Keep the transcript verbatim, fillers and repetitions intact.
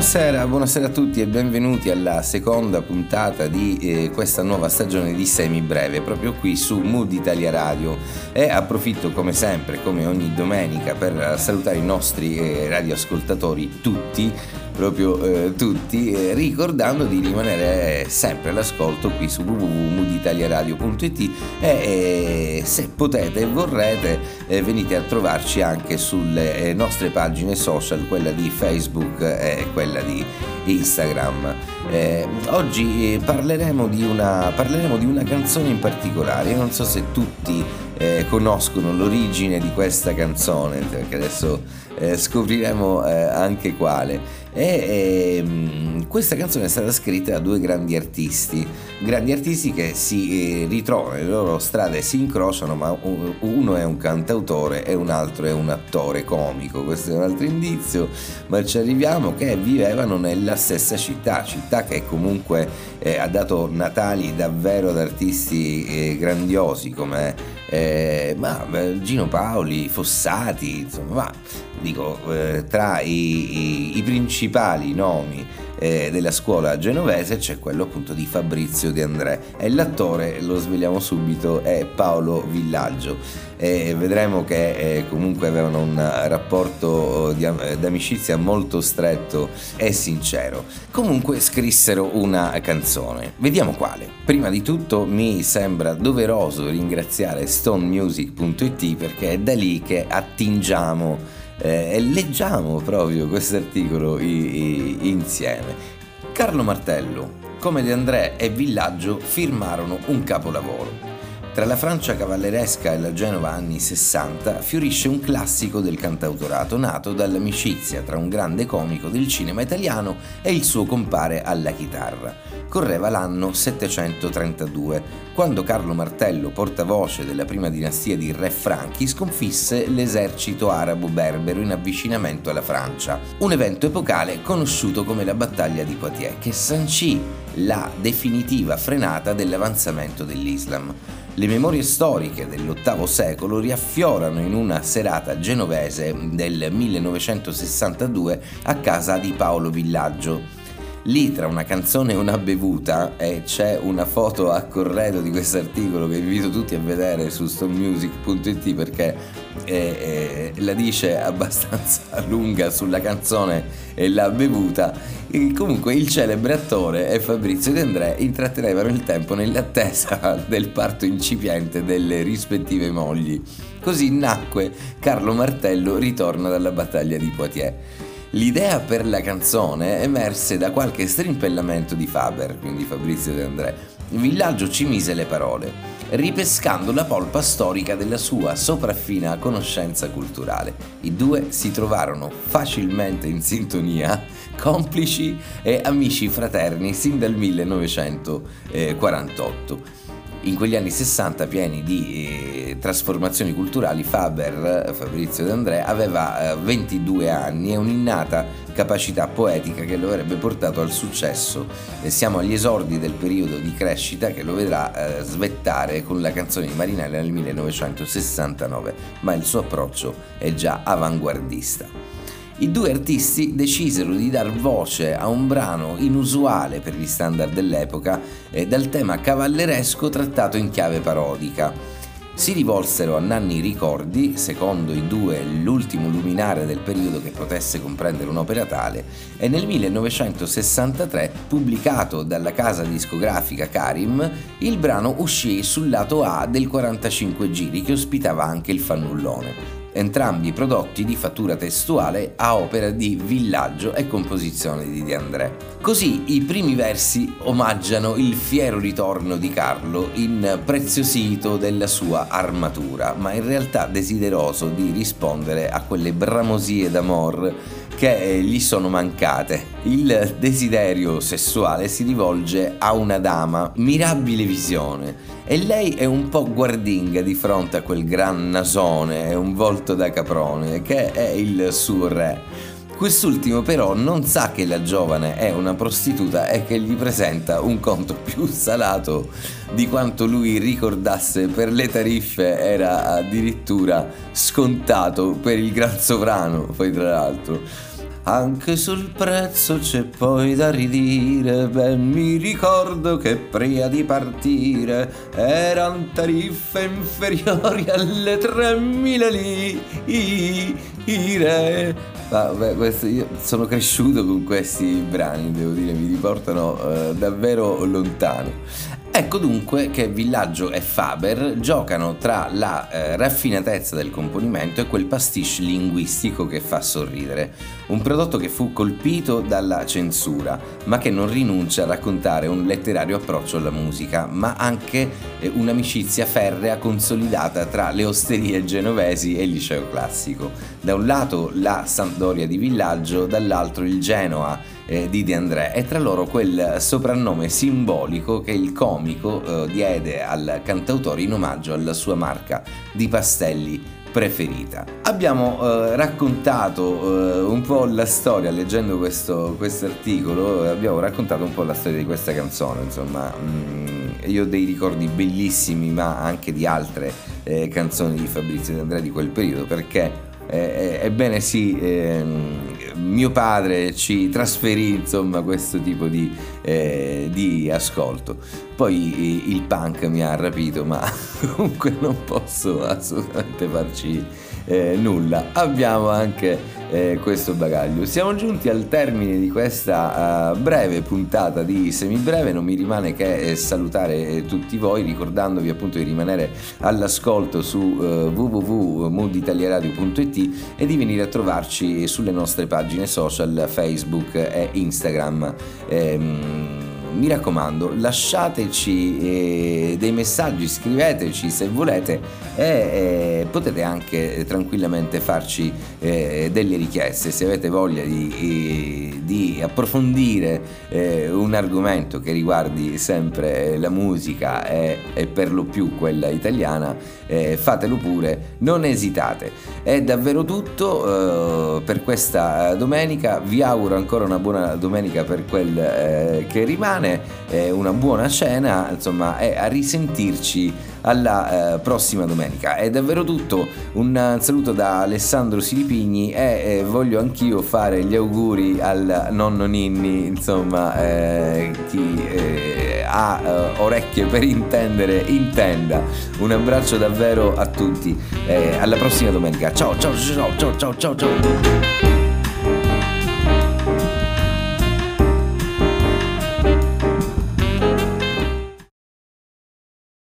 Buonasera, buonasera a tutti e benvenuti alla seconda puntata di eh, questa nuova stagione di Semi Breve, proprio qui su Mood Italia Radio. E approfitto come sempre, come ogni domenica, per salutare i nostri eh, radioascoltatori tutti, proprio eh, tutti, eh, ricordando di rimanere sempre all'ascolto qui su w w w punto mood italia radio punto i t e eh, se potete e vorrete eh, venite a trovarci anche sulle eh, nostre pagine social, quella di Facebook e quella di Instagram. Eh, oggi parleremo di una parleremo di una canzone in particolare. Io non so se tutti eh, conoscono l'origine di questa canzone, perché adesso eh, scopriremo eh, anche quale. E ehm, questa canzone è stata scritta da due grandi artisti, grandi artisti che si eh, ritrovano, le loro strade si incrociano, ma uno è un cantautore e un altro è un attore comico. Questo è un altro indizio, ma ci arriviamo, che vivevano nella stessa città, città che comunque eh, ha dato natali davvero ad artisti eh, grandiosi come eh, ma, Gino Paoli, Fossati, insomma, ma dico eh, tra i, i, i principali nomi eh, della scuola genovese c'è quello appunto di Fabrizio De André, e l'attore, lo sveliamo subito, è Paolo Villaggio. E vedremo che eh, comunque avevano un rapporto di, d'amicizia molto stretto e sincero. Comunque scrissero una canzone, vediamo quale. Prima di tutto mi sembra doveroso ringraziare stone music punto i t, perché è da lì che attingiamo Eh, e leggiamo proprio questo articolo i, i, insieme. Carlo Martello, come De André e Villaggio, firmarono un capolavoro. Tra la Francia cavalleresca e la Genova anni sessanta fiorisce un classico del cantautorato nato dall'amicizia tra un grande comico del cinema italiano e il suo compare alla chitarra. Correva l'anno settecentotrentadue, quando Carlo Martello, portavoce della prima dinastia di re franchi, sconfisse l'esercito arabo berbero in avvicinamento alla Francia. Un evento epocale conosciuto come la battaglia di Poitiers, che sancì la definitiva frenata dell'avanzamento dell'Islam. Le memorie storiche dell'ottavo secolo riaffiorano in una serata genovese del millenovecentosessantadue a casa di Paolo Villaggio. Lì, tra una canzone e una bevuta, e c'è una foto a corredo di questo articolo che invito tutti a vedere su stone music punto i t, perché eh, eh, la dice abbastanza lunga sulla canzone e la bevuta. E comunque il celebre attore e Fabrizio De André intrattenevano il tempo nell'attesa del parto incipiente delle rispettive mogli. Così nacque Carlo Martello ritorna dalla battaglia di Poitiers. L'idea per la canzone emerse da qualche strimpellamento di Faber, quindi Fabrizio De André. Villaggio ci mise le parole, ripescando la polpa storica della sua sopraffina conoscenza culturale. I due si trovarono facilmente in sintonia, complici e amici fraterni sin dal millenovecentoquarantotto. In quegli anni sessanta, pieni di eh, trasformazioni culturali, Faber, Fabrizio De André, aveva eh, ventidue anni e un'innata capacità poetica che lo avrebbe portato al successo. E siamo agli esordi del periodo di crescita che lo vedrà eh, svettare con la canzone di Marinella nel millenovecentosessantanove, ma il suo approccio è già avanguardista. I due artisti decisero di dar voce a un brano inusuale per gli standard dell'epoca e dal tema cavalleresco trattato in chiave parodica. Si rivolsero a Nanni Ricordi, secondo i due l'ultimo luminare del periodo che potesse comprendere un'opera tale, e nel millenovecentosessantatré, pubblicato dalla casa discografica Karim, il brano uscì sul lato A del quarantacinque giri, che ospitava anche il fannullone. Entrambi prodotti di fattura testuale a opera di Villaggio e composizione di De André. Così i primi versi omaggiano il fiero ritorno di Carlo, impreziosito della sua armatura, ma in realtà desideroso di rispondere a quelle bramosie d'amor che gli sono mancate. Il desiderio sessuale si rivolge a una dama, mirabile visione, e lei è un po' guardinga di fronte a quel gran nasone e un volto da caprone che è il suo re. Quest'ultimo però non sa che la giovane è una prostituta e che gli presenta un conto più salato di quanto lui ricordasse. Per le tariffe era addirittura scontato per il gran sovrano, poi tra l'altro. anche sul prezzo c'è poi da ridire. Ben mi ricordo che prima di partire eran tariffe inferiori alle tremila lire. Vabbè, questo, io sono cresciuto con questi brani, devo dire, mi riportano eh, davvero lontano. Ecco dunque che Villaggio e Faber giocano tra la eh, raffinatezza del componimento e quel pastiche linguistico che fa sorridere. Un prodotto che fu colpito dalla censura, ma che non rinuncia a raccontare un letterario approccio alla musica, ma anche eh, un'amicizia ferrea consolidata tra le osterie genovesi e il liceo classico. Da un lato la Sampdoria di Villaggio, dall'altro il Genoa Eh, di De André, e tra loro quel soprannome simbolico che il comico eh, diede al cantautore in omaggio alla sua marca di pastelli preferita. Abbiamo eh, raccontato eh, un po' la storia, leggendo questo articolo, eh, abbiamo raccontato un po' la storia di questa canzone, insomma, mh, io ho dei ricordi bellissimi, ma anche di altre eh, canzoni di Fabrizio De André di quel periodo, perché Eh, ebbene sì, eh, mio padre ci trasferì insomma questo tipo di, eh, di ascolto. Poi il punk mi ha rapito, ma comunque non posso assolutamente farci eh, nulla. Abbiamo anche eh, questo bagaglio. Siamo giunti al termine di questa uh, breve puntata di Semibreve. Non mi rimane che eh, salutare tutti voi, ricordandovi appunto di rimanere all'ascolto su uh, w w w punto mood italia radio punto i t e di venire a trovarci sulle nostre pagine social Facebook e Instagram. Ehm, mi raccomando, lasciateci eh, dei messaggi, scriveteci se volete, e eh, potete anche tranquillamente farci eh, delle richieste se avete voglia di, eh, di approfondire eh, un argomento che riguardi sempre la musica e, e per lo più quella italiana. Eh, fatelo pure, non esitate. È davvero tutto eh, per questa domenica. Vi auguro ancora una buona domenica per quel eh, che rimane, eh, una buona cena, insomma, e a risentirci alla eh, prossima domenica. È davvero tutto, un saluto da Alessandro Silipigni e eh, voglio anch'io fare gli auguri al nonno Ninni, insomma, eh, chi eh, ha eh, orecchie per intendere intenda. Un abbraccio davvero a tutti, eh, alla prossima domenica. Ciao ciao ciao ciao ciao ciao ciao.